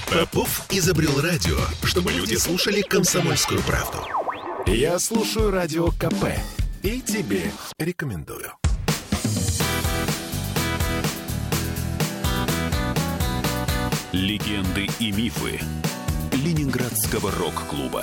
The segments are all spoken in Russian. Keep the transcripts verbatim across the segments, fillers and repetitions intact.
Попов изобрел радио, чтобы люди слушали «Комсомольскую правду». Я слушаю Радио КП и тебе рекомендую. Легенды и мифы Ленинградского рок-клуба.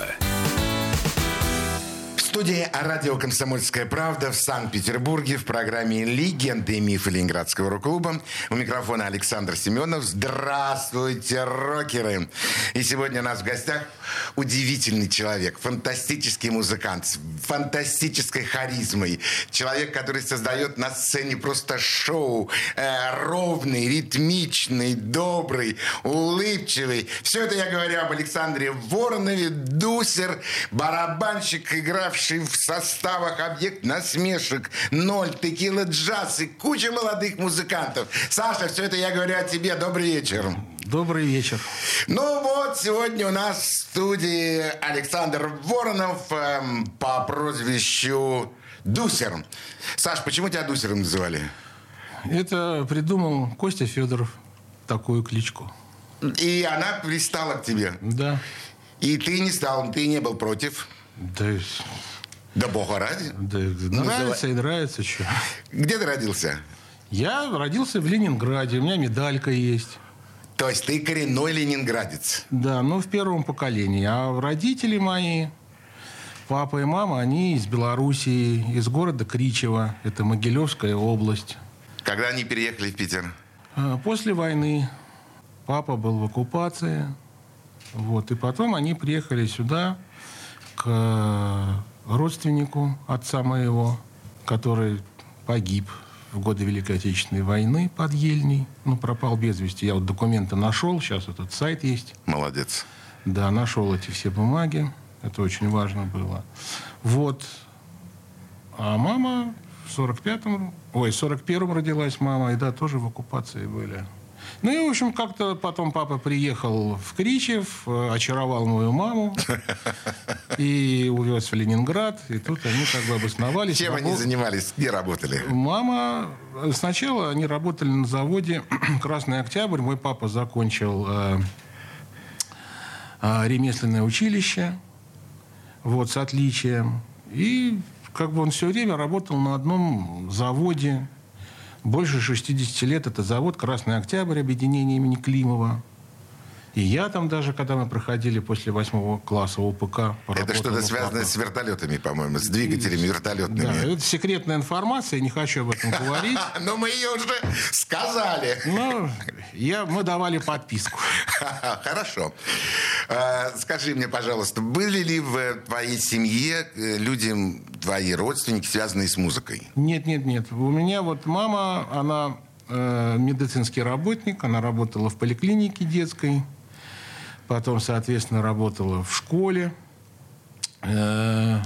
В студии радио «Комсомольская правда» в Санкт-Петербурге в программе «Легенды и мифы Ленинградского рок-клуба». У микрофона Александр Семенов. Здравствуйте, рокеры! И сегодня у нас в гостях удивительный человек, фантастический музыкант, с фантастической харизмой. Человек, который создает на сцене просто шоу. Э, ровный, ритмичный, добрый, улыбчивый. Все это я говорю об Александре Воронове. Дусер, барабанщик, игравший в составах «Объект насмешек», «Ноль», «Текила Джаз» и куча молодых музыкантов. Саша, все это я говорю о тебе. Добрый вечер. Добрый вечер. Ну вот, сегодня у нас в студии Александр Воронов эм, по прозвищу Дусер. Саш, почему тебя Дусером называли? Это придумал Костя Федоров, такую кличку. И она пристала к тебе? Да. И ты не стал, ты не был против? Да, да бога ради. Да, нравится и нравится. Что. Где ты родился? Я родился в Ленинграде, у меня медалька есть. То есть ты коренной ленинградец? Да, ну в первом поколении. А родители мои, папа и мама, они из Белоруссии, из города Кричево. Это Могилевская область. Когда они переехали в Питер? После войны. Папа был в оккупации. Вот, и потом они приехали сюда к родственнику отца моего, который погиб в годы Великой Отечественной войны под Ельней. Ну, пропал без вести. Я вот документы нашел. Сейчас этот сайт есть. Молодец. Да, нашел эти все бумаги. Это очень важно было. Вот. А мама в сорок пятом... Ой, в сорок первом родилась мама. И да, тоже в оккупации были. Ну и, в общем, как-то потом папа приехал в Кричев, очаровал мою маму и увез в Ленинград. И тут они как бы обосновались. Чем они занимались? Где работали? Мама... Сначала они работали на заводе «Красный Октябрь». Мой папа закончил э, э, ремесленное училище вот, с отличием. И как бы он все время работал на одном заводе. Больше шестидесяти лет это завод «Красный Октябрь», объединение имени Климова. И я там даже, когда мы проходили после восьмого класса ОПК... Это что-то связанное с вертолетами, по-моему, с двигателями вертолетными. Да, это секретная информация, не хочу об этом говорить. Но мы ее уже сказали. Ну, я, мы давали подписку. Хорошо. Скажи мне, пожалуйста, были ли в твоей семье люди, твои родственники, связанные с музыкой? Нет, нет, нет. У меня вот мама, она э, медицинский работник, она работала в поликлинике детской, потом, соответственно, работала в школе, э,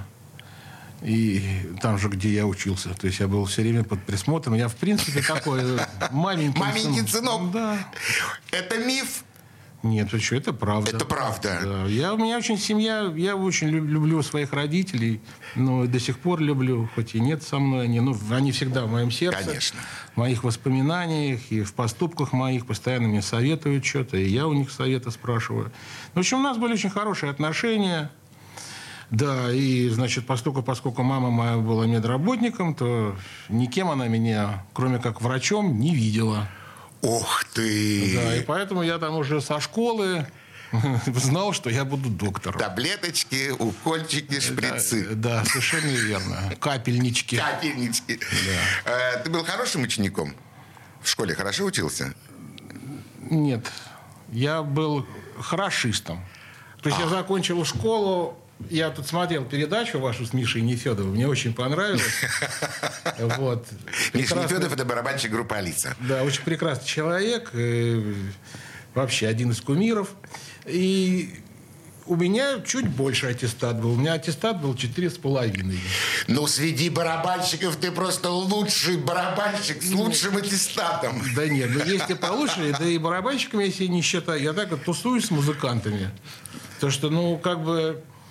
и там же, где я учился. То есть я был все время под присмотром. Я, в принципе, такой маменький... Маменький сынок? Да. Это миф? Нет, что, это правда. Это правда. Да. Я, у меня очень семья, я очень люблю своих родителей, но до сих пор люблю, хоть и нет со мной они, ну, они всегда в моем сердце. Конечно. В моих воспоминаниях и в поступках моих постоянно мне советуют что-то, и я у них совета спрашиваю. В общем, у нас были очень хорошие отношения. Да, и, значит, поскольку, поскольку мама моя была медработником, то никем она меня, кроме как врачом, не видела. Ох ты! Да, и поэтому я там уже со школы знал, что я буду доктором. Таблеточки, укольчики, шприцы. Да, да, совершенно верно. Капельнички. Капельнички. Да. Ты был хорошим учеником? В школе хорошо учился? Нет. Я был хорошистом. То есть а. я закончил школу. Я тут смотрел передачу вашу с Мишей Нефедовым. Мне очень понравилось. Вот. Миша Нефедов – это барабанщик группы «Алиса». Да, очень прекрасный человек. Вообще один из кумиров. И у меня чуть больше аттестат был. У меня аттестат был четыре с половиной. Ну, среди барабанщиков ты просто лучший барабанщик с лучшим аттестатом. Да нет, ну есть и получше. Да и барабанщиком я себя не считаю. Я так вот тусуюсь с музыкантами. То, что, ну, как бы...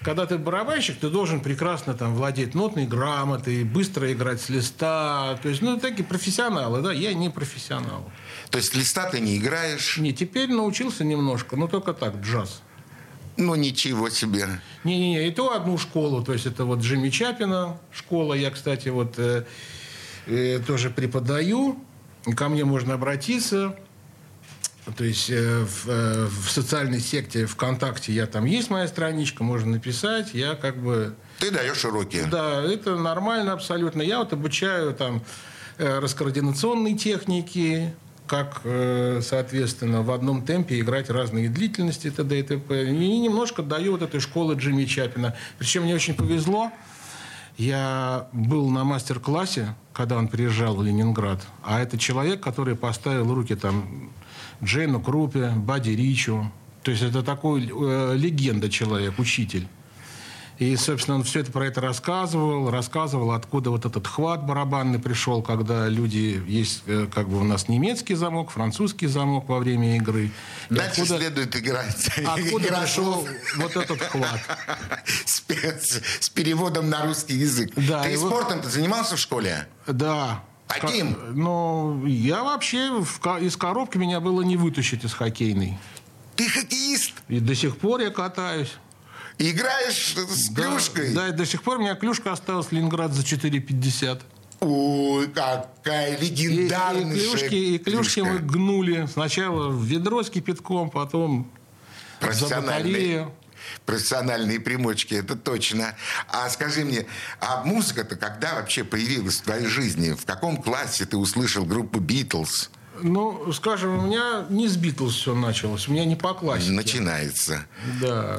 когда ты барабанщик, ты должен прекрасно там владеть нотной грамотой, быстро играть с листа. То есть, ну, такие профессионалы, да, я не профессионал. То есть листа ты не играешь? Не, теперь научился немножко, но только так, джаз. Ну, ничего себе. Не-не-не, и то одну школу, то есть это вот Джимми Чапина школа. Я, кстати, вот э, э, тоже преподаю, ко мне можно обратиться. То есть э, в, э, в социальной секте ВКонтакте я там есть моя страничка, можно написать, я как бы... Ты даешь уроки. Да, это нормально абсолютно. Я вот обучаю там э, раскоординационные техники, как, э, соответственно, в одном темпе играть разные длительности, т.д. и т.п. И немножко даю вот этой школы Джимми Чапина. Причем мне очень повезло. Я был на мастер-классе, когда он приезжал в Ленинград, а это человек, который поставил руки там Джейну Крупе, Бадди Ричу. То есть это такой э, легенда человек, учитель. И, собственно, он все это про это рассказывал, рассказывал, откуда вот этот хват барабанный пришел, когда люди... Есть э, как бы у нас немецкий замок, французский замок во время игры. И дальше откуда, следует играть. Откуда пришел вот этот хват? С, с, с переводом на русский язык. Да, ты вот... спортом-то занимался в школе? Да. Каким? Ну, я вообще в, из коробки меня было не вытащить из хоккейной. Ты хоккеист? И до сих пор я катаюсь. И играешь с да, клюшкой? Да, и до сих пор у меня клюшка осталась в Ленинград за четыре пятьдесят. Ой, какая легендарная и, и клюшки, и клюшки мы гнули. Сначала в ведро с кипятком, потом за батарею. Профессиональные примочки, это точно. А скажи мне, а музыка-то когда вообще появилась в твоей жизни? В каком классе ты услышал группу «Битлз»? Ну, скажем, у меня не с «Битлз» все началось, у меня не по классике. Начинается. Да.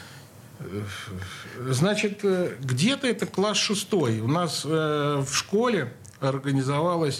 Значит, где-то это класс шестой. У нас э, в школе организовалась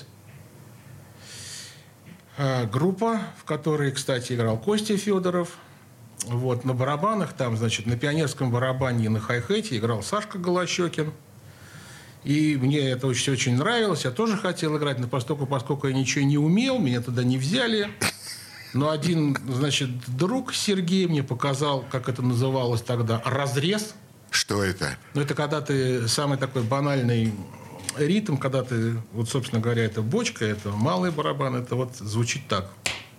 э, группа, в которой, кстати, играл Костя Федоров. Вот, на барабанах там, значит, на пионерском барабане и на хай-хете играл Сашка Голощекин. И мне это очень, очень нравилось. Я тоже хотел играть, но поскольку, поскольку я ничего не умел, меня туда не взяли. Но один, значит, друг Сергей мне показал, как это называлось тогда, разрез. Что это? Ну, это когда ты самый такой банальный ритм, когда ты, вот, собственно говоря, это бочка, это малый барабан, это вот звучит так.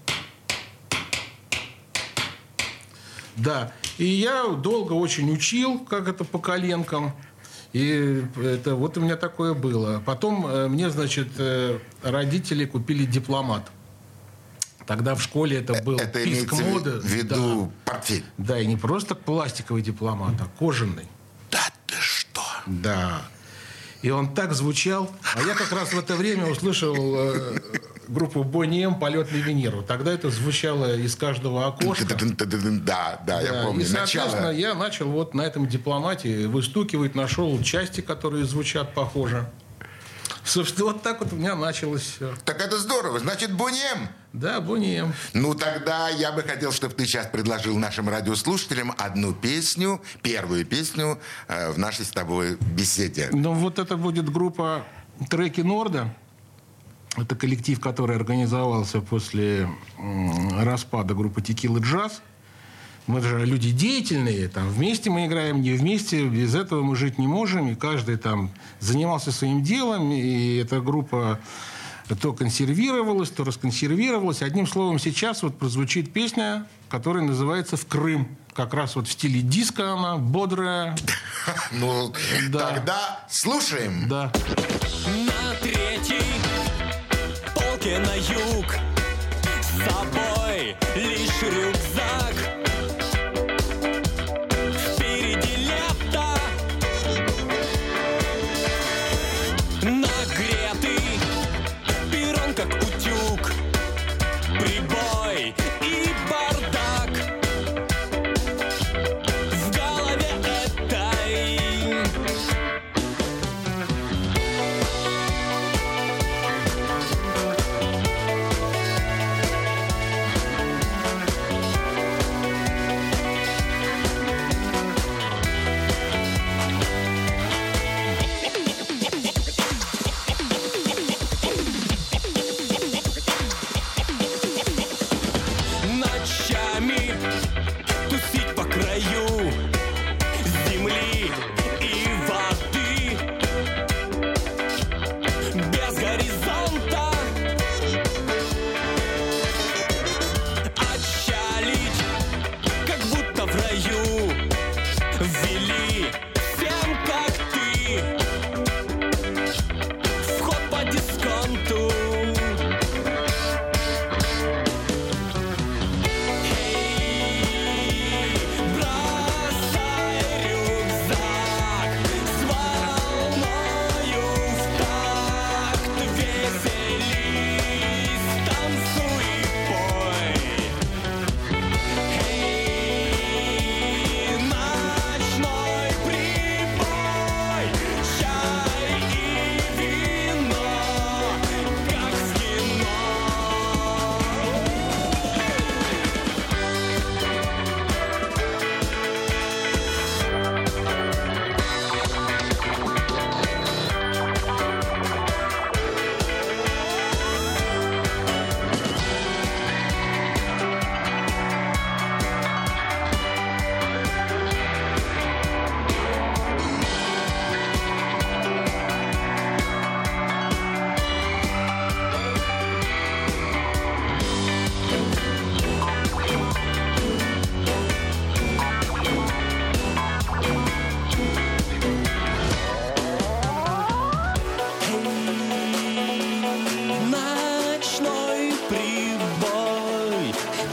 Да. И я долго очень учил, как это по коленкам. И это вот у меня такое было. Потом мне, значит, родители купили дипломат. Тогда в школе это был это писк моды. В виду да. портфель. Да, и не просто пластиковый дипломат, а кожаный. Да ты что? Да. И он так звучал. А я как раз в это время услышал э, группу Бонни Эм «Полет на Венеру». Тогда это звучало из каждого окошка. Да, да, я помню. И, соответственно, я начал вот на этом дипломате выстукивать, нашел части, которые звучат похоже. Собственно, вот так вот у меня началось все. Так это здорово. Значит, Бонни Эм. Да, Бонни Эм. Ну, тогда я бы хотел, чтобы ты сейчас предложил нашим радиослушателям одну песню, первую песню э, в нашей с тобой беседе. Ну, вот это будет группа «Треки Норда». Это коллектив, который организовался после м, распада группы «Текила Джаз». Мы же люди деятельные, там, вместе мы играем, не вместе, без этого мы жить не можем, и каждый там занимался своим делом, и эта группа то консервировалась, то расконсервировалась. Одним словом, сейчас вот прозвучит песня, которая называется «В Крым». Как раз вот в стиле диско она, бодрая. Ну, тогда слушаем. Да. На третьей полке на юг с собой лишь рюкзак. Как утюг, прибой и бардак в голове этой.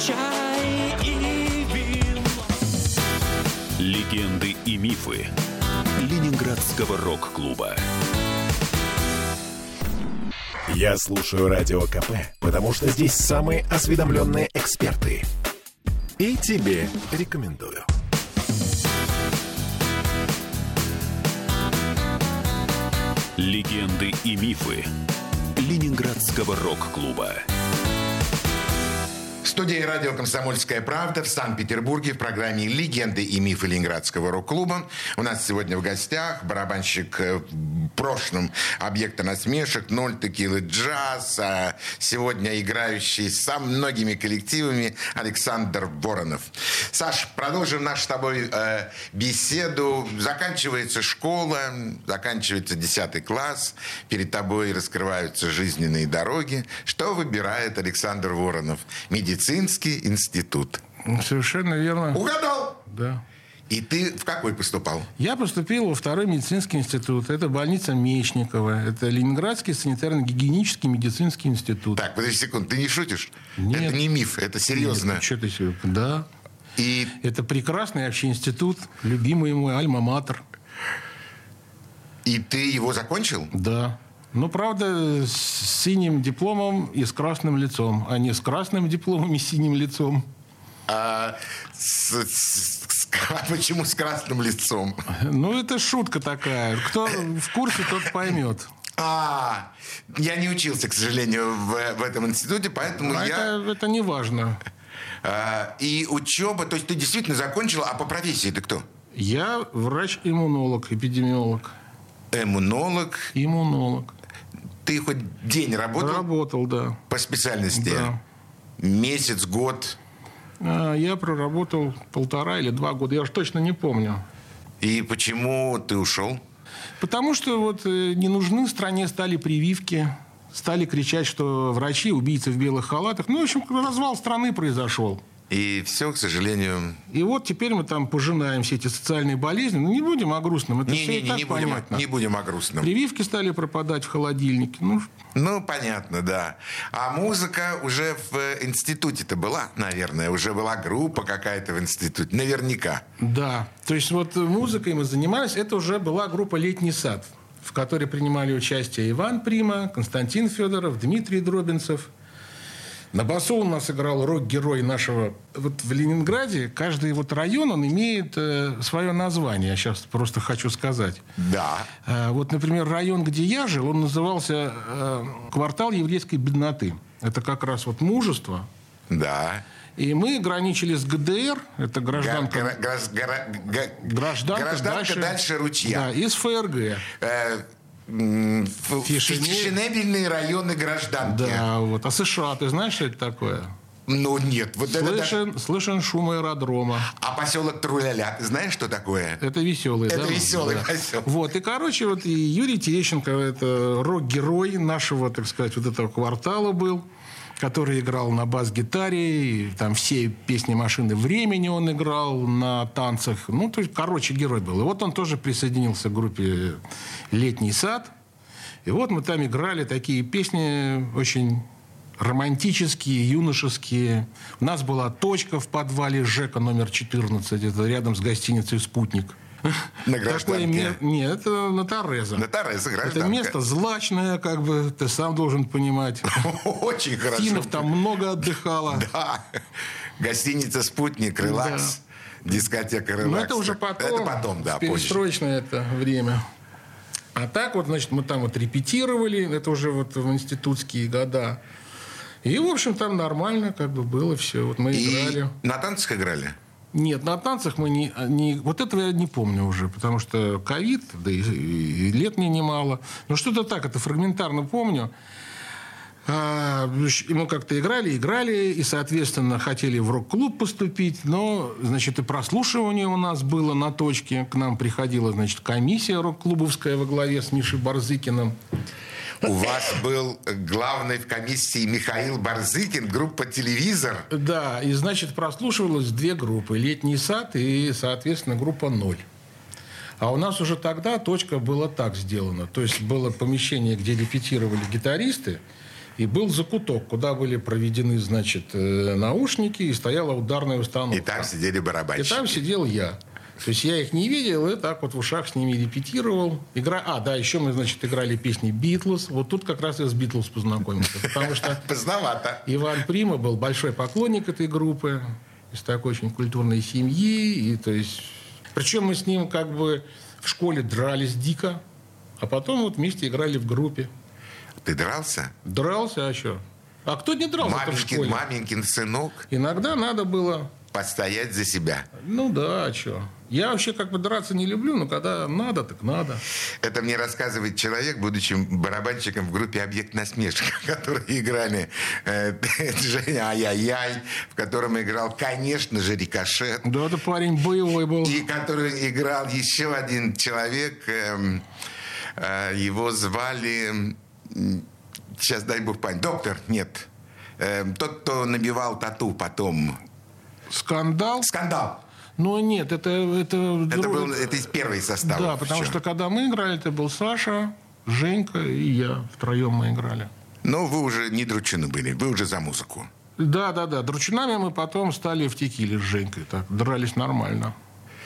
чай и вин. Легенды и мифы Ленинградского рок-клуба. Я слушаю Радио КП, потому что здесь самые осведомленные эксперты. И тебе рекомендую. Легенды и мифы Ленинградского рок-клуба. В студии радио «Комсомольская правда» в Санкт-Петербурге в программе «Легенды и мифы Ленинградского рок-клуба». У нас сегодня в гостях барабанщик в прошлом «Объекта насмешек», «Ноль текилы джаз», а сегодня играющий со многими коллективами Александр Воронов. Саш, продолжим нашу с тобой э, беседу. Заканчивается школа, заканчивается десятый класс, перед тобой раскрываются жизненные дороги. Что выбирает Александр Воронов? Медицинский институт. Совершенно верно. Угадал? Да. И ты в какой поступал? Я поступил во второй медицинский институт. Это больница Мечникова. Это Ленинградский санитарно-гигиенический медицинский институт. Так, подожди секунду, ты не шутишь? Нет. Это не миф, это серьезно. Нет, что ты себе? Да. И... Это прекрасный вообще институт, любимый мой альма-матер. И ты его закончил? Да. Ну, правда, с синим дипломом и с красным лицом, а не с красным дипломом и синим лицом. А, с, с, с, а почему с красным лицом? Ну, это шутка такая. Кто в курсе, тот поймет. А, я не учился, к сожалению, в, в этом институте, поэтому а я... Это, это не важно. А, и учеба, то есть ты действительно закончил, а по профессии ты кто? Я врач-иммунолог, эпидемиолог. Иммунолог. Иммунолог. Ты хоть день работал? Работал, да. По специальности? Да. Месяц, год? А, я проработал полтора или два года. Я уж точно не помню. И почему ты ушел? Потому что вот не нужны стране стали прививки. Стали кричать, что врачи убийцы в белых халатах. Ну, в общем, развал страны произошел. И все, к сожалению... И вот теперь мы там пожинаем все эти социальные болезни. Ну, не будем о грустном. Это не, все не, и не, так не будем, понятно. Не будем о грустном. Прививки стали пропадать в холодильнике. Ну, ну, понятно, да. А музыка уже в институте-то была, наверное. Уже была группа какая-то в институте. Наверняка. Да. То есть вот музыкой мы занимались. Это уже была группа «Летний сад», в которой принимали участие Иван Прима, Константин Федоров, Дмитрий Дробинцев. На басу у нас играл рок-герой нашего... Вот в Ленинграде каждый вот район, он имеет э, свое название. Я сейчас просто хочу сказать. Да. Э, вот, например, район, где я жил, он назывался э, «Квартал еврейской бедноты». Это как раз вот мужество. Да. И мы граничили с ГДР. Это гражданка... Гра- гра- гра- гра- гражданка, гражданка дальше, дальше ручья. Да, из ФРГ. Э, Фешенебельные районы гражданки. Да, вот. А США, ты знаешь, что это такое? Ну, нет. Вот слышен, это... слышен шум аэродрома. А поселок Труляля, ты знаешь, что такое? Это веселый, это да? Это веселый да. поселок. Вот, и, короче, вот и Юрий Терещенко, это рок-герой нашего, так сказать, вот этого квартала был, который играл на бас-гитаре, и там все песни «Машины времени» он играл на танцах. Ну, то есть, короче, герой был. И вот он тоже присоединился к группе «Летний сад». И вот мы там играли такие песни очень романтические, юношеские. У нас была точка в подвале ЖЭКа номер четырнадцать. Это рядом с гостиницей «Спутник». На гражданке? Ме... Нет, это на Торезо. На Торезо, гражданка. Это место злачное, как бы, ты сам должен понимать. Очень хорошо. Финнов там много отдыхало. Да. Гостиница «Спутник», «Релакс», да. Дискотека «Релакс». Но это уже потом. Это потом, да, позже. Перестроечное это время. А так вот, значит, мы там вот репетировали. Это уже вот в институтские года. И, в общем, там нормально как бы было все. Вот мы И играли. На танцах играли? Нет, на танцах мы не, не... Вот этого я не помню уже, потому что ковид, да и, и лет мне немало. Но что-то так, это фрагментарно помню. А, и мы как-то играли, играли, и, соответственно, хотели в рок-клуб поступить, но, значит, и прослушивание у нас было на точке. К нам приходила, значит, комиссия рок-клубовская во главе с Мишей Барзыкиным. У вас был главный в комиссии Михаил Барзыкин, группа «Телевизор». Да, и, значит, прослушивалось две группы. «Летний сад» и, соответственно, группа «Ноль». А у нас уже тогда точка была так сделана. То есть было помещение, где репетировали гитаристы, И был закуток, куда были проведены, значит, наушники, и стояла ударная установка. И там сидели барабанщики. И там сидел я. То есть я их не видел, и так вот в ушах с ними репетировал. Игра... А, да, еще мы, значит, играли песни «Битлз». Вот тут как раз я с «Битлз» познакомился. Потому что поздновато. Иван Прима был большой поклонник этой группы, из такой очень культурной семьи. И, то есть... Причем мы с ним как бы в школе дрались дико, а потом вот вместе играли в группе. Ты дрался? Дрался, а что? А кто не дрался в школе? Маменькин сынок. Иногда надо было... Постоять за себя. Ну да, а что? Я вообще как бы драться не люблю, но когда надо, так надо. Это мне рассказывает человек, будучи барабанщиком в группе «Объект насмешки», которые играли э, Женя Ай-яй-яй, в котором играл, конечно же, Рикошет. Да, это парень боевой был. И который играл еще один человек, э, э, его звали, сейчас дай бог память, доктор, нет, э, тот, кто набивал тату потом. Скандал? Скандал. Ну, нет, это... Это, это, друг... был, это из первой составы. Да, потому что когда мы играли, это был Саша, Женька и я. Втроем мы играли. Но вы уже не дручины были, вы уже за музыку. Да, да, да. Дручинами мы потом стали в текиле с Женькой. Так, дрались нормально.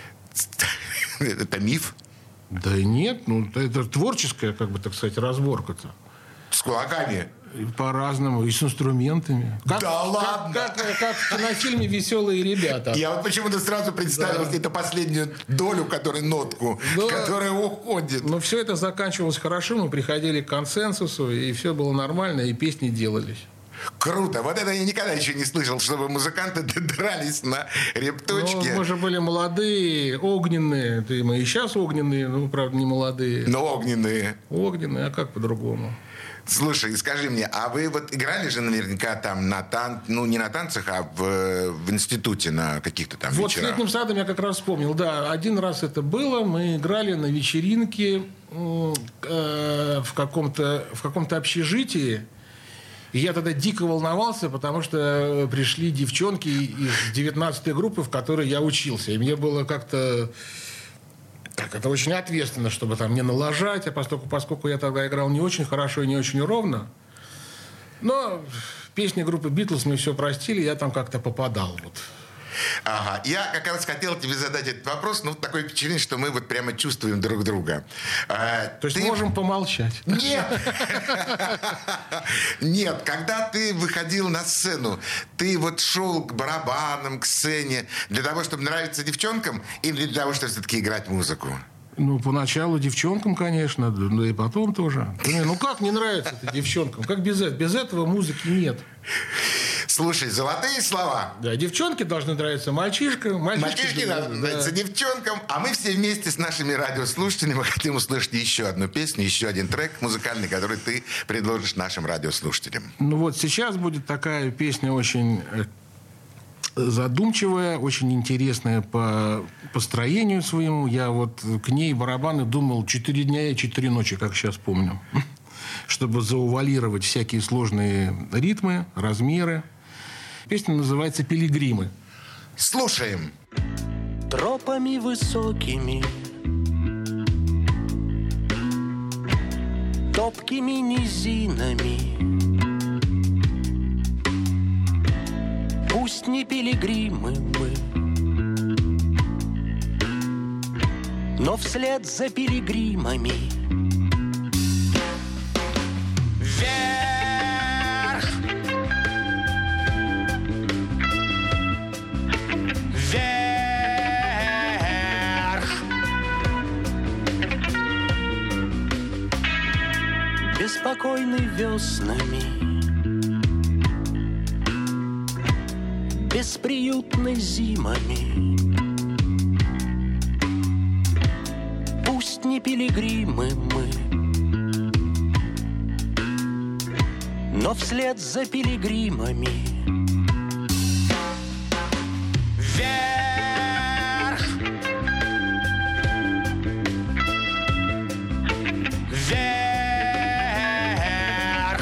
Это миф? Да нет, ну, это творческая, как бы, так сказать, разборка-то. С кулаками? По-разному, и с инструментами. Как, да ладно? Как, как, как в кинофильме «Веселые ребята». Я вот почему-то сразу представил да. это последнюю долю, которая нотку, да. которая уходит. Но все это заканчивалось хорошо, мы приходили к консенсусу, и все было нормально, и песни делались. Круто. Вот это я никогда еще не слышал, чтобы музыканты дрались на репточке. Ну, мы же были молодые, огненные. Да и мы и сейчас огненные, но, правда, не молодые. Но огненные. Огненные, а как по-другому? Слушай, скажи мне, а вы вот играли же наверняка там на тан... ну не на танцах, а в, в институте на каких-то там вот вечерах? Вот с «Летним садом» я как раз вспомнил. Да, один раз это было. Мы играли на вечеринке э, в каком-то, в каком-то общежитии. И я тогда дико волновался, потому что пришли девчонки из девятнадцатой группы, в которой я учился. И мне было как-то... Так, это очень ответственно, чтобы там не налажать, а поскольку, поскольку я тогда играл не очень хорошо и не очень ровно. Но песни группы «Битлз» мы все простили, я там как-то попадал. Вот. Ага. Я как раз хотел тебе задать этот вопрос, ну, такое впечатление, что мы вот прямо чувствуем друг друга. А, То есть ты... можем помолчать? Нет! Нет, когда ты выходил на сцену, ты вот шел к барабанам, к сцене для того, чтобы нравиться девчонкам или для того, чтобы все-таки играть музыку? Ну, поначалу девчонкам, конечно, да и потом тоже. Ну, как не нравится это девчонкам? Как без этого? Без этого музыки нет. Слушай, золотые слова. Да, девчонки должны нравиться мальчишкам. Мальчишки, Мальчишки должны да. нравиться девчонкам. А мы все вместе с нашими радиослушателями хотим услышать еще одну песню, еще один трек музыкальный, который ты предложишь нашим радиослушателям. Ну вот сейчас будет такая песня очень задумчивая, очень интересная по построению своему. Я вот к ней барабаны думал четыре дня и четыре ночи, как сейчас помню. Чтобы заувалировать всякие сложные ритмы, размеры. Песня называется «Пилигримы». Слушаем. Тропами высокими, топкими низинами, пусть не пилигримы мы, но вслед за пилигримами вверх, вверх, беспокойный веснами, бесприютной зимами, пусть не пилигримы мы, но вслед за пилигримами вверх, вверх.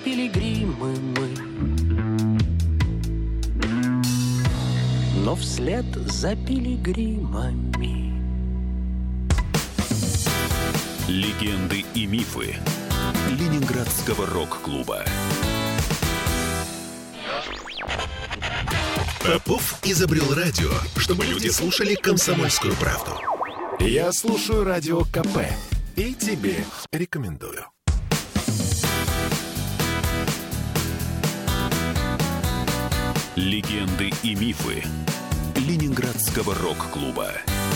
пилигримы мы. Но вслед за пилигримами. Легенды и мифы Ленинградского рок-клуба. Попов изобрел радио, чтобы люди слушали «Комсомольскую правду». Я слушаю радио КП и тебе рекомендую. Легенды и мифы Ленинградского рок-клуба.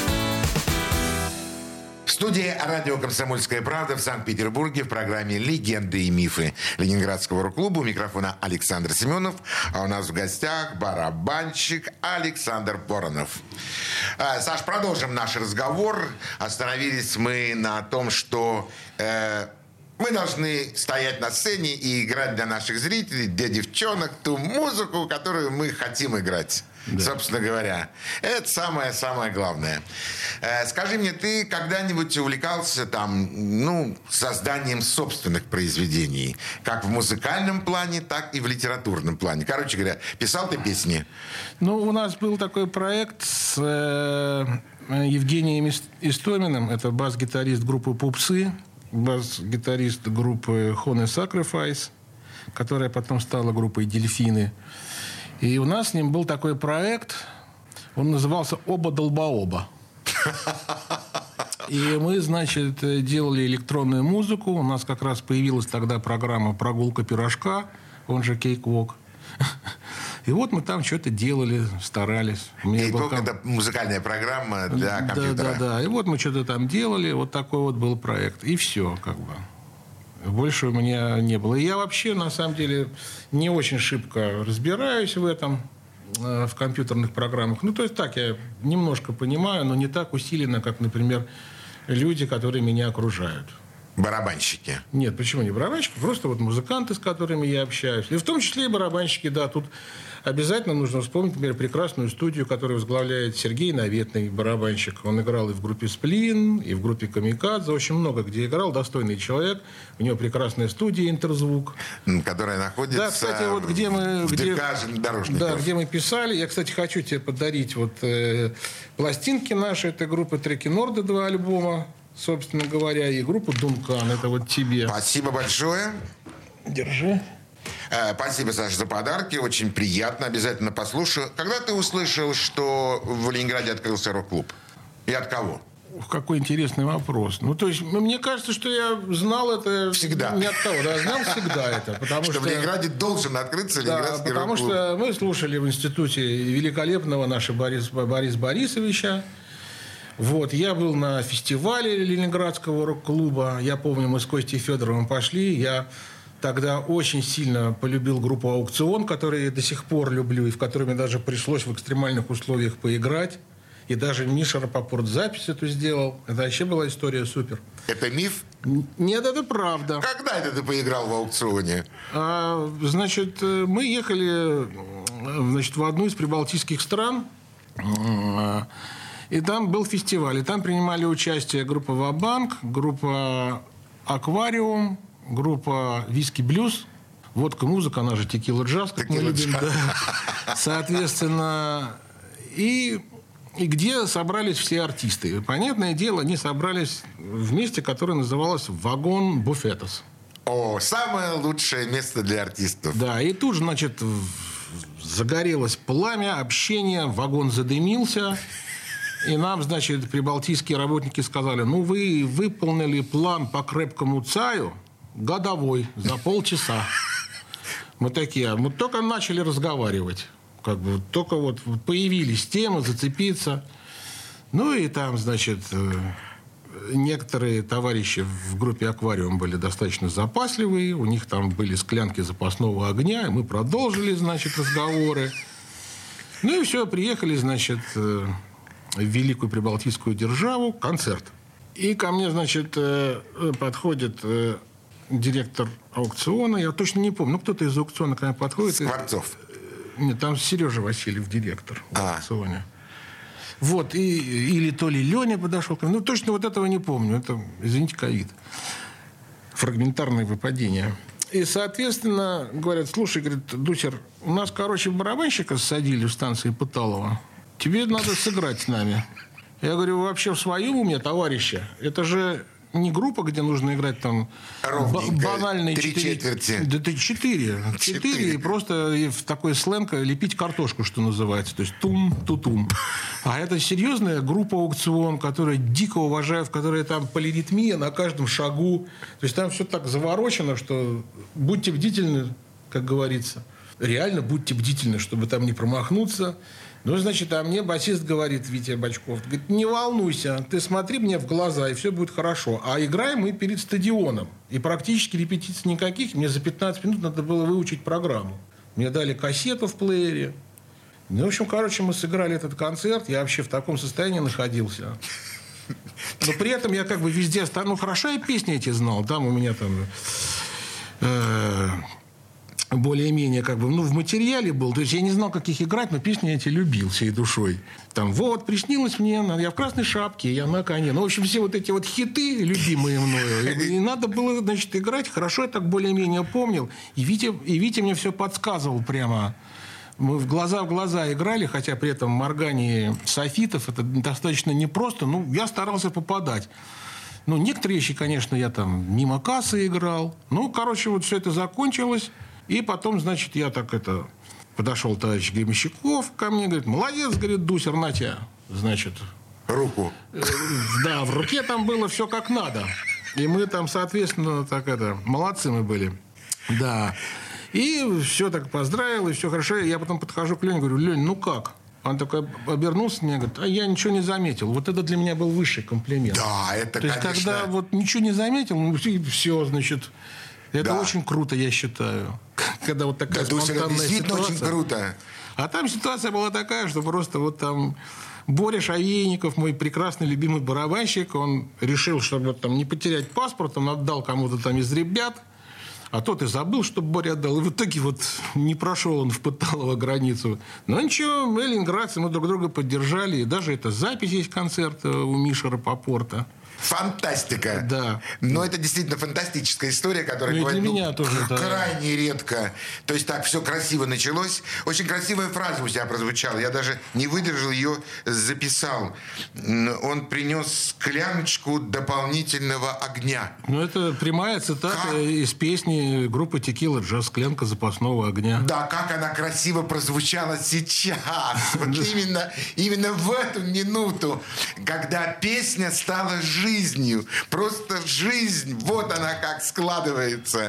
В студии радио «Комсомольская правда» в Санкт-Петербурге в программе «Легенды и мифы» Ленинградского рок-клуба. У микрофона Александр Семенов. А у нас в гостях барабанщик Александр Воронов. А, Саш, продолжим наш разговор. Остановились мы на том, что э, мы должны стоять на сцене и играть для наших зрителей, для девчонок, ту музыку, которую мы хотим играть. Да. Собственно говоря, это самое-самое главное. Э, скажи мне, ты когда-нибудь увлекался там, ну, созданием собственных произведений? Как в музыкальном плане, так и в литературном плане. Короче говоря, писал ты песни? Ну, у нас был такой проект с э, Евгением Истоминым. Это бас-гитарист группы «Пупсы», бас-гитарист группы «Honey Sacrifice», которая потом стала группой «Дельфины». И у нас с ним был такой проект, он назывался «Оба-долба-оба». И мы, значит, делали электронную музыку. У нас как раз появилась тогда программа «Прогулка пирожка», он же «Кейк-вок». И вот мы там что-то делали, старались. «Кейк-вок» — это музыкальная программа для компьютера. Да, да, да. И вот мы что-то там делали, вот такой вот был проект. И все, как бы. Больше у меня не было. И я вообще, на самом деле, не очень шибко разбираюсь в этом, в компьютерных программах. Ну, то есть так, я немножко понимаю, но не так усиленно, как, например, люди, которые меня окружают. Барабанщики? Нет, почему не барабанщики? Просто вот музыканты, с которыми я общаюсь. И в том числе и барабанщики, да. Тут обязательно нужно вспомнить, например, прекрасную студию, которую возглавляет Сергей Наветный, барабанщик. Он играл и в группе «Сплин», и в группе «Камикадзе». Очень много где играл. Достойный человек. У него прекрасная студия «Интерзвук». Которая находится да, кстати, вот где мы, в где, ДК да, где мы писали. Я, кстати, хочу тебе подарить вот, э, пластинки наши. Это группа «Треки Норда», два альбома, собственно говоря, и группу «Дункан». Это вот тебе. Спасибо большое. Держи. Спасибо, Саша, за подарки. Очень приятно. Обязательно послушаю. Когда ты услышал, что в Ленинграде открылся рок-клуб? И от кого? Какой интересный вопрос. Ну, то есть, мне кажется, что я знал это... Всегда. Не от кого, да, знал всегда это. Потому что, что в Ленинграде должен открыться Ленинградский да, потому рок-клуб. что мы слушали в институте великолепного нашего Бориса, Бориса Борисовича. Вот, я был на фестивале Ленинградского рок-клуба. Я помню, мы с Костей Федоровым пошли. Я тогда очень сильно полюбил группу «Аукцион», которую я до сих пор люблю, и в которой мне даже пришлось в экстремальных условиях поиграть. И даже Миша Рапопорт запись эту сделал. Это вообще была история супер. Это миф? Нет, это правда. Когда это ты поиграл в «Аукционе»? А, значит, мы ехали, значит, в одну из прибалтийских стран. И там был фестиваль. И там принимали участие группа «Ва-банк», группа «Аквариум», группа «Виски Блюз». Водка, музыка, она же текила джаз, как мы любим. Да. Соответственно, и, и где собрались все артисты. Понятное дело, они собрались в месте, которое называлось «Вагон Буфетос». О, самое лучшее место для артистов. Да, и тут же, значит, загорелось пламя, общение, вагон задымился. И нам, значит, прибалтийские работники сказали: ну, вы выполнили план по крепкому чаю годовой за полчаса. Мы такие, мы только начали разговаривать. Как бы только вот появились темы, зацепиться. Ну, и там, значит, некоторые товарищи в группе «Аквариум» были достаточно запасливые. У них там были склянки запасного огня. И мы продолжили, значит, разговоры. Ну, и все, приехали, значит... в великую прибалтийскую державу, концерт. И ко мне, значит, подходит директор аукциона, я точно не помню, ну, кто-то из аукциона ко мне подходит. Скворцов. Нет, там Сережа Васильев, директор в а. аукционе. Вот, и, или то ли Леня подошел ко мне, ну, точно вот этого не помню, это, извините, ковид. Фрагментарное выпадение. И, соответственно, говорят, слушай, говорит, Дусер, у нас, короче, барабанщика ссадили в станции Пыталово. Тебе надо сыграть с нами. Я говорю, вы вообще в своем уме, товарища? Это же не группа, где нужно играть там ровненько, банальные три четыре... четверти. Да ты четыре. Четыре. И просто в такой сленг лепить картошку, что называется. То есть тум-ту-тум. А это серьезная группа аукцион, которую дико уважаю, в которой там полиритмия на каждом шагу. То есть там все так заворочено, что будьте бдительны, как говорится. Реально будьте бдительны, чтобы там не промахнуться. Ну, значит, а мне басист говорит, Витя Бочков, говорит, не волнуйся, ты смотри мне в глаза, и все будет хорошо. А играем мы перед стадионом. И практически репетиций никаких. Мне за пятнадцать минут надо было выучить программу. Мне дали кассету в плеере. Ну, в общем, короче, мы сыграли этот концерт. Я вообще в таком состоянии находился. Но при этом я как бы везде... Ну, хорошо, я песни эти знал. Там у меня там... Э- более-менее как бы, ну, в материале был. То есть я не знал, как их играть, но песни я эти любил всей душой. Там, вот, приснилось мне, я в красной шапке, я на коне. Ну, в общем, все вот эти вот хиты, любимые мною. И, и надо было, значит, играть. Хорошо, я так более-менее помнил. И Витя, и Витя мне все подсказывал прямо. Мы в глаза в глаза играли, хотя при этом моргание софитов, это достаточно непросто. Ну, я старался попадать. Ну, некоторые вещи, конечно, я там мимо кассы играл. Ну, короче, вот все это закончилось. И потом, значит, я так это... Подошел товарищ Гремещиков ко мне, говорит, молодец, говорит, Дусер, на тебя, значит... Руку. Э, да, в руке там было все как надо. И мы там, соответственно, так это... Молодцы мы были. Да. И все так поздравил, и все хорошо. Я потом подхожу к Лене, говорю, Лень, ну как? Он такой обернулся мне, говорит, а я ничего не заметил. Вот это для меня был высший комплимент. Да, это, То есть, конечно... когда вот ничего не заметил, ну, все, значит... Это да. очень круто, я считаю. Когда вот такая да, спонтанная действительно ситуация. очень круто. А там ситуация была такая, что просто вот там Боря Шавейников, мой прекрасный любимый барабанщик, он решил, чтобы там не потерять паспорт, он отдал кому-то там из ребят, а тот и забыл, чтобы Боря отдал. И в итоге вот не прошел он в Пыталово границу. Но ничего, мы, ленинградцы, мы друг друга поддержали. И даже эта запись есть концерта у Миши Рапопорта. Фантастика. Да. Но это действительно фантастическая история, которая ну, бывает для ну, меня тоже это... крайне редко. То есть так все красиво началось. Очень красивая фраза у тебя прозвучала. Я даже не выдержал, ее записал. Он принес скляночку дополнительного огня. Ну, это прямая цитата как? из песни группы Текила «Джаз. Склянка запасного огня». Да, как она красиво прозвучала сейчас. Вот именно, именно в эту минуту, когда песня стала жизнью. Просто жизнь. Вот она как складывается.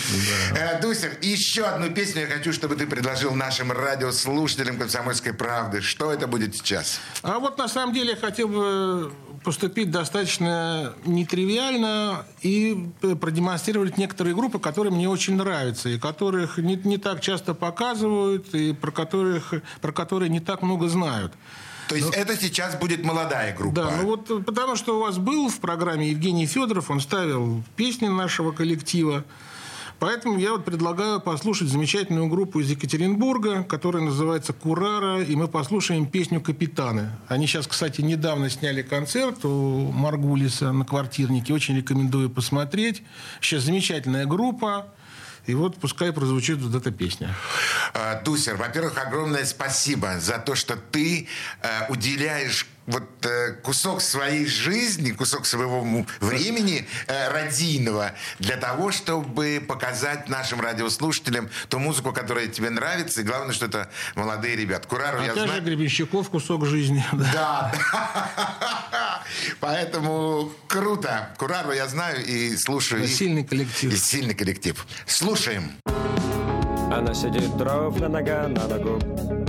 Да. Дусер, еще одну песню я хочу, чтобы ты предложил нашим радиослушателям «Комсомольской правды». Что это будет сейчас? А вот на самом деле я хотел бы поступить достаточно нетривиально и продемонстрировать некоторые группы, которые мне очень нравятся, и которых не, не так часто показывают, и про, которых, про которые не так много знают. То есть ну, это сейчас будет молодая группа? Да, ну вот потому что у вас был в программе Евгений Федоров, он ставил песни нашего коллектива. Поэтому я вот предлагаю послушать замечательную группу из Екатеринбурга, которая называется «Курара», и мы послушаем песню «Капитаны». Они сейчас, кстати, недавно сняли концерт у Маргулиса на Квартирнике. Очень рекомендую посмотреть. Сейчас замечательная группа. И вот пускай прозвучит вот эта песня. Дусер, во-первых, огромное спасибо за то, что ты э, уделяешь вот э, кусок своей жизни, кусок своего времени э, радийного для того, чтобы показать нашим радиослушателям ту музыку, которая тебе нравится. И главное, что это молодые ребята. Курару а я знаю. знаю. Гребенщиков кусок жизни. Да. Поэтому круто. Курару я знаю и слушаю. Сильный коллектив. И сильный коллектив. Слушаем. Она сидит ровно нога на ногу.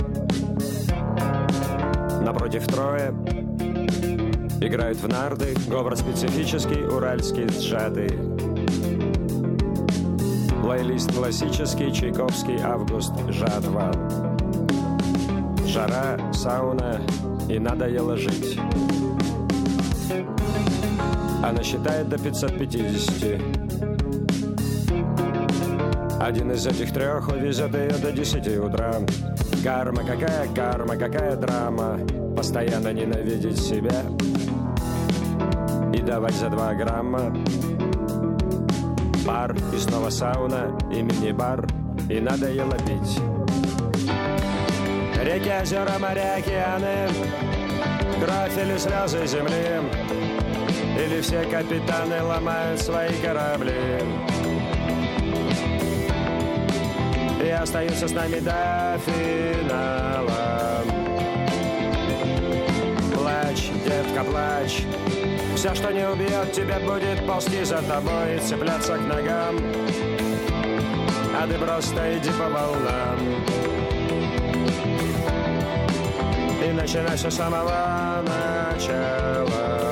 Напротив трое играют в нарды. Говор специфический, уральский, сжатый. Плейлист классический, Чайковский, август, жатва. Жара, сауна и надоело жить. Она считает до пятьсот пятьдесят. Один из этих трех увезет ее до десяти утра. Карма какая, карма какая драма. Постоянно ненавидеть себя и давать за два грамма. Бар и снова сауна и мини-бар, и надоело пить. Реки, озера, моря, океаны, кровь или слезы земли, или все капитаны ломают свои корабли и остаются с нами до финала. Плачь, детка, плачь. Все, что не убьет тебя, будет ползти за тобой и цепляться к ногам. А ты просто иди по волнам и начинай все с самого начала.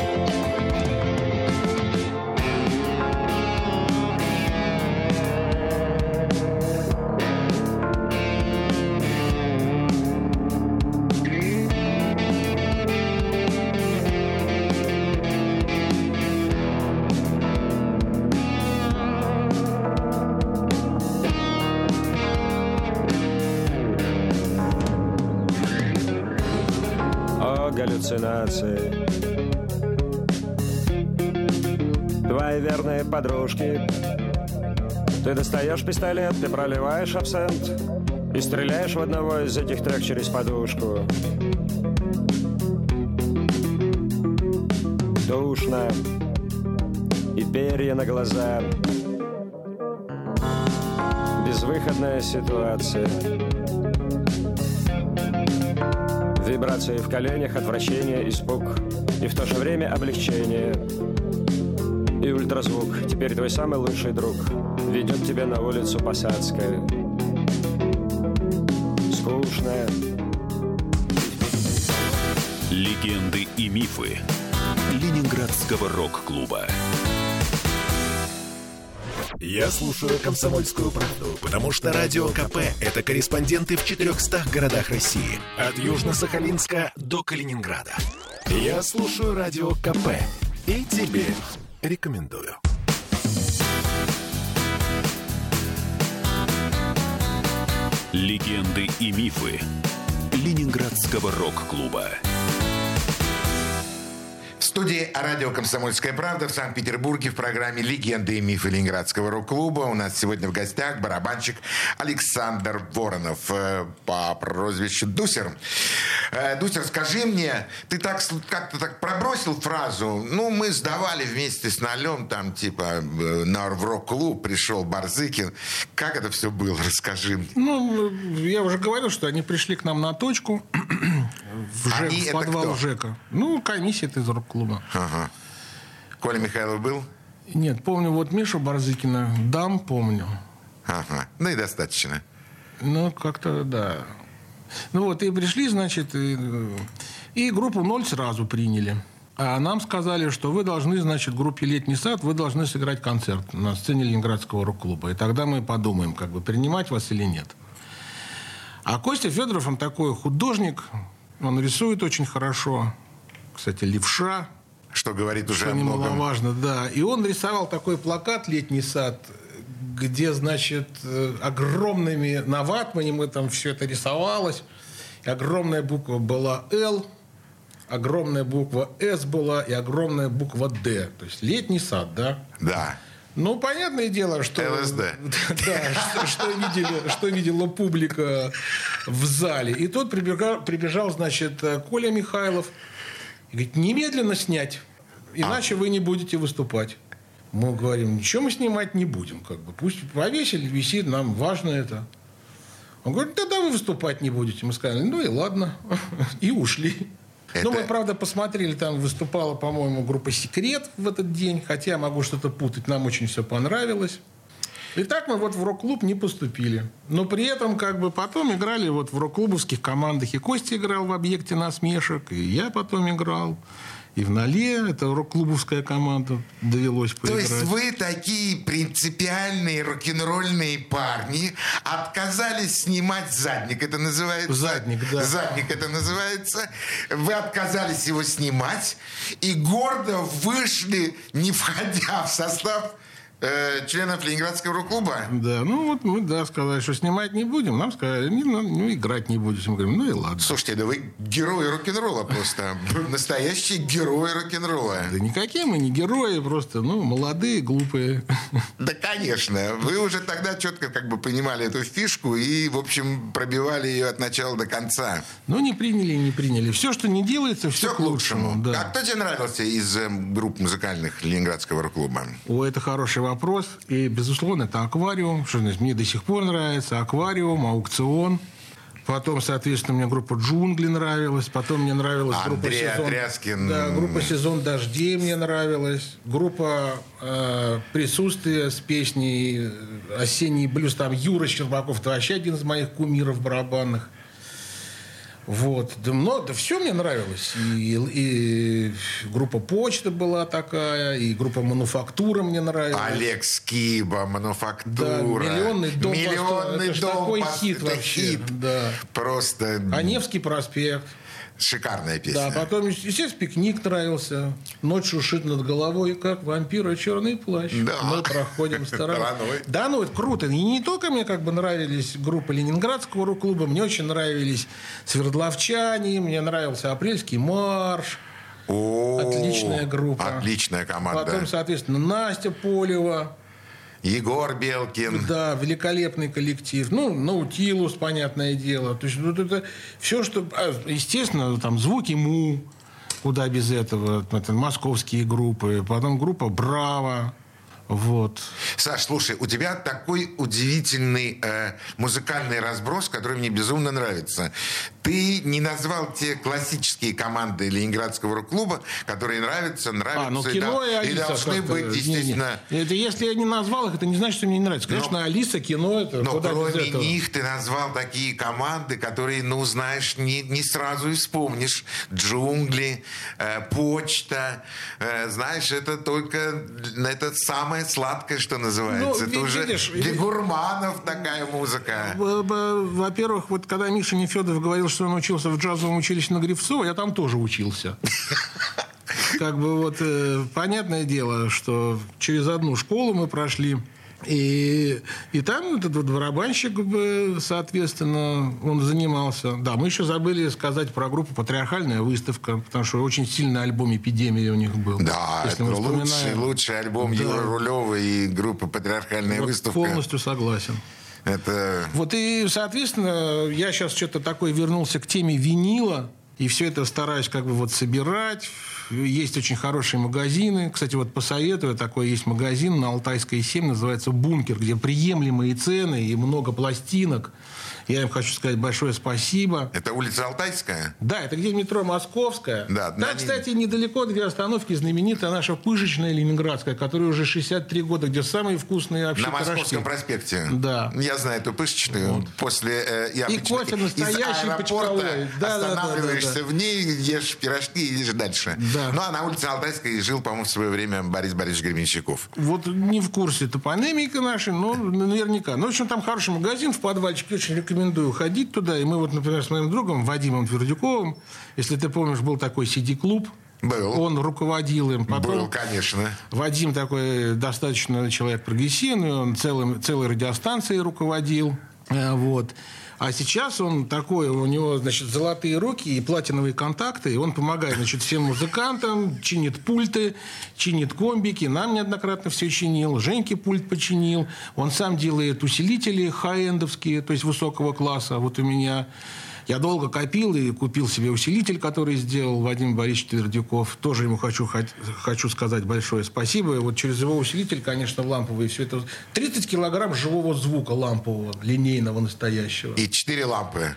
Галлюцинации. Твои верные подружки. Ты достаешь пистолет, ты проливаешь абсент и стреляешь в одного из этих трех через подушку. Душно и перья на глаза. Безвыходная ситуация. Вибрации в коленях, отвращение, испуг. И в то же время облегчение. И ультразвук, теперь твой самый лучший друг, ведет тебя на улицу Посадская. Скучная. Легенды и мифы Ленинградского рок-клуба. Я слушаю «Комсомольскую правду», потому что Радио КП – это корреспонденты в четырехстах городах России. От Южно-Сахалинска до Калининграда. Я слушаю Радио КП и тебе рекомендую. Легенды и мифы Ленинградского рок-клуба. В студии радио «Комсомольская правда» в Санкт-Петербурге в программе «Легенды и мифы Ленинградского рок-клуба». У нас сегодня в гостях барабанщик Александр Воронов по прозвищу Дусер. Дусер, скажи мне, ты так как-то так пробросил фразу, ну, мы сдавали вместе с Налем, там, типа, на, в рок-клуб пришел Барзыкин. Как это все было? Расскажи мне. Ну, я уже говорил, что они пришли к нам на точку. В, ЖЭК, Они в подвал ЖЭКа. Ну, комиссия из рок-клуба. Ага. Коля Михайлов был? Нет, помню, вот Мишу Барзыкина, дам, помню. Ага, ну и достаточно. Ну, как-то, да. Ну вот, и пришли, значит, и, и группу «Ноль» сразу приняли. А нам сказали, что вы должны, значит, в группе «Летний сад» вы должны сыграть концерт на сцене Ленинградского рок-клуба. И тогда мы подумаем, как бы, принимать вас или нет. А Костя Федоров, он такой художник, он рисует очень хорошо. Кстати, левша. Что говорит уже что о многом. немаловажно, да. И он рисовал такой плакат «Летний сад», где, значит, огромными на ватмане мы там все это рисовалось. И огромная буква была «Л», огромная буква «С» была и огромная буква «Д». То есть «Летний сад», да? Да. Ну, понятное дело, что... ЛСД. Да, что, что, видели, что видела публика в зале. И тут прибежал, прибежал, значит, Коля Михайлов и говорит, немедленно снять, иначе а. вы не будете выступать. Мы говорим, ничего мы снимать не будем. Как бы. Пусть повесили, висит, нам важно это. Он говорит, тогда вы выступать не будете. Мы сказали, ну и ладно. И ушли. Это... Ну, мы, правда, посмотрели, там выступала, по-моему, группа «Секрет» в этот день. Хотя могу что-то путать, нам очень все понравилось. И так мы вот в рок-клуб не поступили. Но при этом как бы потом играли вот в рок-клубовских командах. И Костя играл в «Объекте насмешек», и я потом играл. И в «Нале», это рок-клубовская команда, довелось поиграть. То есть вы такие принципиальные рок-н-ролльные парни отказались снимать задник, это называется? Задник, да. Задник это называется. Вы отказались его снимать и гордо вышли, не входя в состав э, членов Ленинградского рок-клуба? Да, ну вот мы, да, сказали, что снимать не будем. Нам сказали, не, ну, ну, играть не будем. Мы говорим, ну и ладно. Слушайте, да вы герои рок-н-ролла просто. Настоящие герои рок-н-ролла. Да никакие мы не герои, просто, ну, молодые, глупые. Да, конечно. Вы уже тогда четко как бы понимали эту фишку и, в общем, пробивали ее от начала до конца. Ну, не приняли, не приняли. Все, что не делается, все, Все к лучшему. Да. А кто тебе нравился из э, групп музыкальных Ленинградского рок-клуба? О, это хороший вопрос. И, безусловно, это «Аквариум». Что значит, мне до сих пор нравится «Аквариум», «Аукцион». Потом, соответственно, мне группа «Джунгли» нравилась. Потом мне нравилась Андрей группа «Сезон». Отряскин. Да, группа «Сезон дождей» мне нравилась. Группа э, «Присутствие» с песней «Осенний блюз». Там Юра Щербаков, это вообще один из моих кумиров барабанных. Вот. Да, но, да все мне нравилось. И, и группа «Почта» была такая, и группа «Мануфактура» мне нравилась. Олег Скиба, «Мануфактура». Да, «Миллионный дом». Миллионный это дом. такой пост... хит это вообще. Хит. Да. Просто... А Невский проспект. Шикарная песня. Да, потом, естественно, «Пикник» нравился. «Ночь шушит над головой, как вампира черный плащ». Да. Мы проходим стороной. Стороной. Да, ну это круто. И не только мне как бы нравились группы Ленинградского рок-клуба, мне очень нравились «Свердловчане», мне нравился «Апрельский марш». О, Отличная группа. Отличная команда. Потом, соответственно, Настя Полева. Егор Белкин. Да, великолепный коллектив. Ну, «Наутилус», понятное дело. То есть вот это все, что... Естественно, там «Звуки Му», куда без этого. Это московские группы. Потом группа «Браво». Вот. Саш, слушай, у тебя такой удивительный э, музыкальный разброс, который мне безумно нравится. Ты не назвал те классические команды Ленинградского рок-клуба, которые нравятся, нравятся А, ну и, кино и, да, и Алиса. должны как-то. быть, естественно... Не, не. Это если я не назвал их, это не значит, что мне не нравится. Конечно, но, Алиса, кино, это но куда без кроме этого. них ты назвал такие команды, которые, ну, знаешь, не, не сразу и вспомнишь. «Джунгли», э, «Почта». Э, знаешь, это только... Это самое сладкое, что называется. Ну, это уже видишь, для гурманов такая музыка. Во-первых, вот когда Миша Нефедов говорил, что он учился в джазовом училище на Гривцова, я там тоже учился. Как бы вот э, понятное дело, что через одну школу мы прошли. И, и там этот вот барабанщик, соответственно, он занимался. Да, мы еще забыли сказать про группу «Патриархальная выставка», потому что очень сильный альбом «Эпидемия» у них был. Да, если это мы лучший, лучший альбом Да. Юры Рулева и группы «Патриархальная Вот выставка». полностью согласен. Это... Вот и, соответственно, я сейчас что-то такое вернулся к теме винила. И все это стараюсь как бы вот собирать. Есть очень хорошие магазины. Кстати, вот посоветую, такой есть магазин на Алтайской семь, называется «Бункер», где приемлемые цены и много пластинок. Я им хочу сказать большое спасибо. Это улица Алтайская? Да, это где метро Московская. Да, Там, на... кстати, недалеко от две остановки знаменитая наша пышечная Ленинградская, которая уже шестьдесят три года, где самые вкусные вообще На Московском пирожки. проспекте? Да. Я знаю эту пышечную. Вот. После, э, я и кофе настоящий из аэропорта да, останавливаешься да, да, да, да. в ней, ешь пирожки и едешь дальше. Да. Ну, а на улице Алтайской жил, по-моему, в свое время Борис Борисович Гребенщиков. Вот не в курсе топонимики наши, но наверняка. Ну, в общем, там хороший магазин в подвальчике, очень рекомендую ходить туда. И мы вот, например, с моим другом Вадимом Твердюковым, если ты помнишь, был такой си ди-клуб. Был. Он руководил им. Потом Был, конечно. Вадим такой достаточно человек прогрессивный, он целым, целой радиостанцией руководил. Вот. А сейчас он такой, у него, значит, золотые руки и платиновые контакты, и он помогает, значит, всем музыкантам, чинит пульты, чинит комбики, нам неоднократно все чинил, Женьке пульт починил, он сам делает усилители хай-эндовские, то есть высокого класса. Вот у меня... Я долго копил и купил себе усилитель, который сделал Вадим Борисович Твердюков. Тоже ему хочу, хочу сказать большое спасибо. И вот через его усилитель, конечно, ламповый. Все это тридцать килограмм живого звука лампового, линейного, настоящего. И четыре лампы.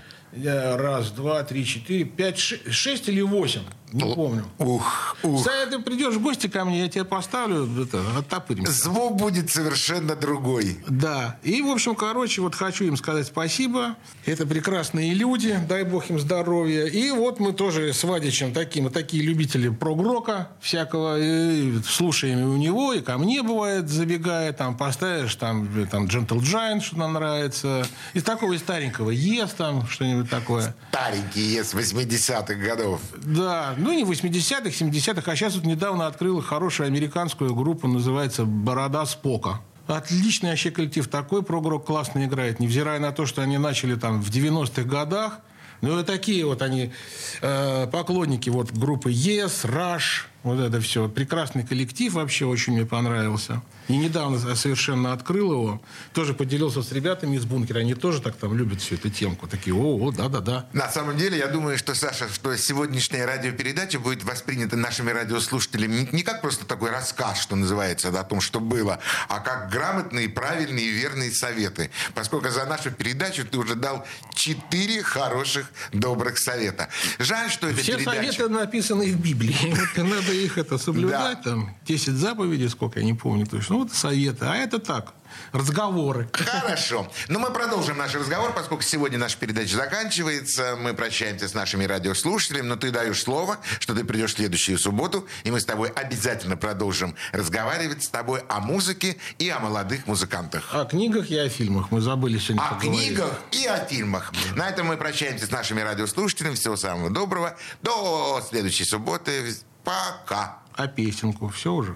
Раз, два, три, четыре, пять, шесть, шесть или восемь. Не помню. Ух, ух. Кстати, ты придешь в гости ко мне, я тебе поставлю, это, оттопыримся. Звук будет совершенно другой. Да. И, в общем, короче, вот хочу им сказать спасибо. Это прекрасные люди, дай бог им здоровья. И вот мы тоже с Вадичем таким, такие любители прог-рока всякого. И слушаем и у него, и ко мне бывает, забегая, там поставишь там, там Gentle Giant, что нам нравится. Из такого из старенького Yes, там что-нибудь такое. Старенький Yes восьмидесятых годов. Да. ну, не в восьмидесятых, семидесятых, а сейчас вот недавно открыла хорошую американскую группу, называется «Борода Спока». Отличный вообще коллектив, такой прогрок классно играет, невзирая на то, что они начали там в девяностых годах. Ну, и такие вот они э, поклонники вот группы Yes, Rush, вот это все. Прекрасный коллектив вообще, очень мне понравился. И недавно совершенно открыл его. Тоже поделился с ребятами из бункера. Они тоже так там любят всю эту темку. Такие, о, о, да-да-да. На самом деле, я думаю, что, Саша, что сегодняшняя радиопередача будет воспринята нашими радиослушателями не как просто такой рассказ, что называется, о том, что было, а как грамотные, правильные и верные советы. Поскольку за нашу передачу ты уже дал четыре хороших, добрых совета. Жаль, что эта Все передача... советы написаны в Библии. Вот надо их это соблюдать. Там десять заповедей, сколько, я не помню точно. Ну, вот советы. А это так, разговоры. Хорошо. Но мы продолжим наш разговор, поскольку сегодня наша передача заканчивается. Мы прощаемся с нашими радиослушателями, но ты даешь слово, что ты придешь в следующую субботу, и мы с тобой обязательно продолжим разговаривать с тобой о музыке и о молодых музыкантах. О книгах и о фильмах. Мы забыли сегодня О поговорить. книгах и о фильмах. На этом мы прощаемся с нашими радиослушателями. Всего самого доброго. До следующей субботы. Пока. А песенку все уже.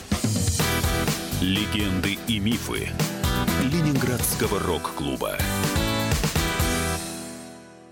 Легенды и мифы Ленинградского рок-клуба.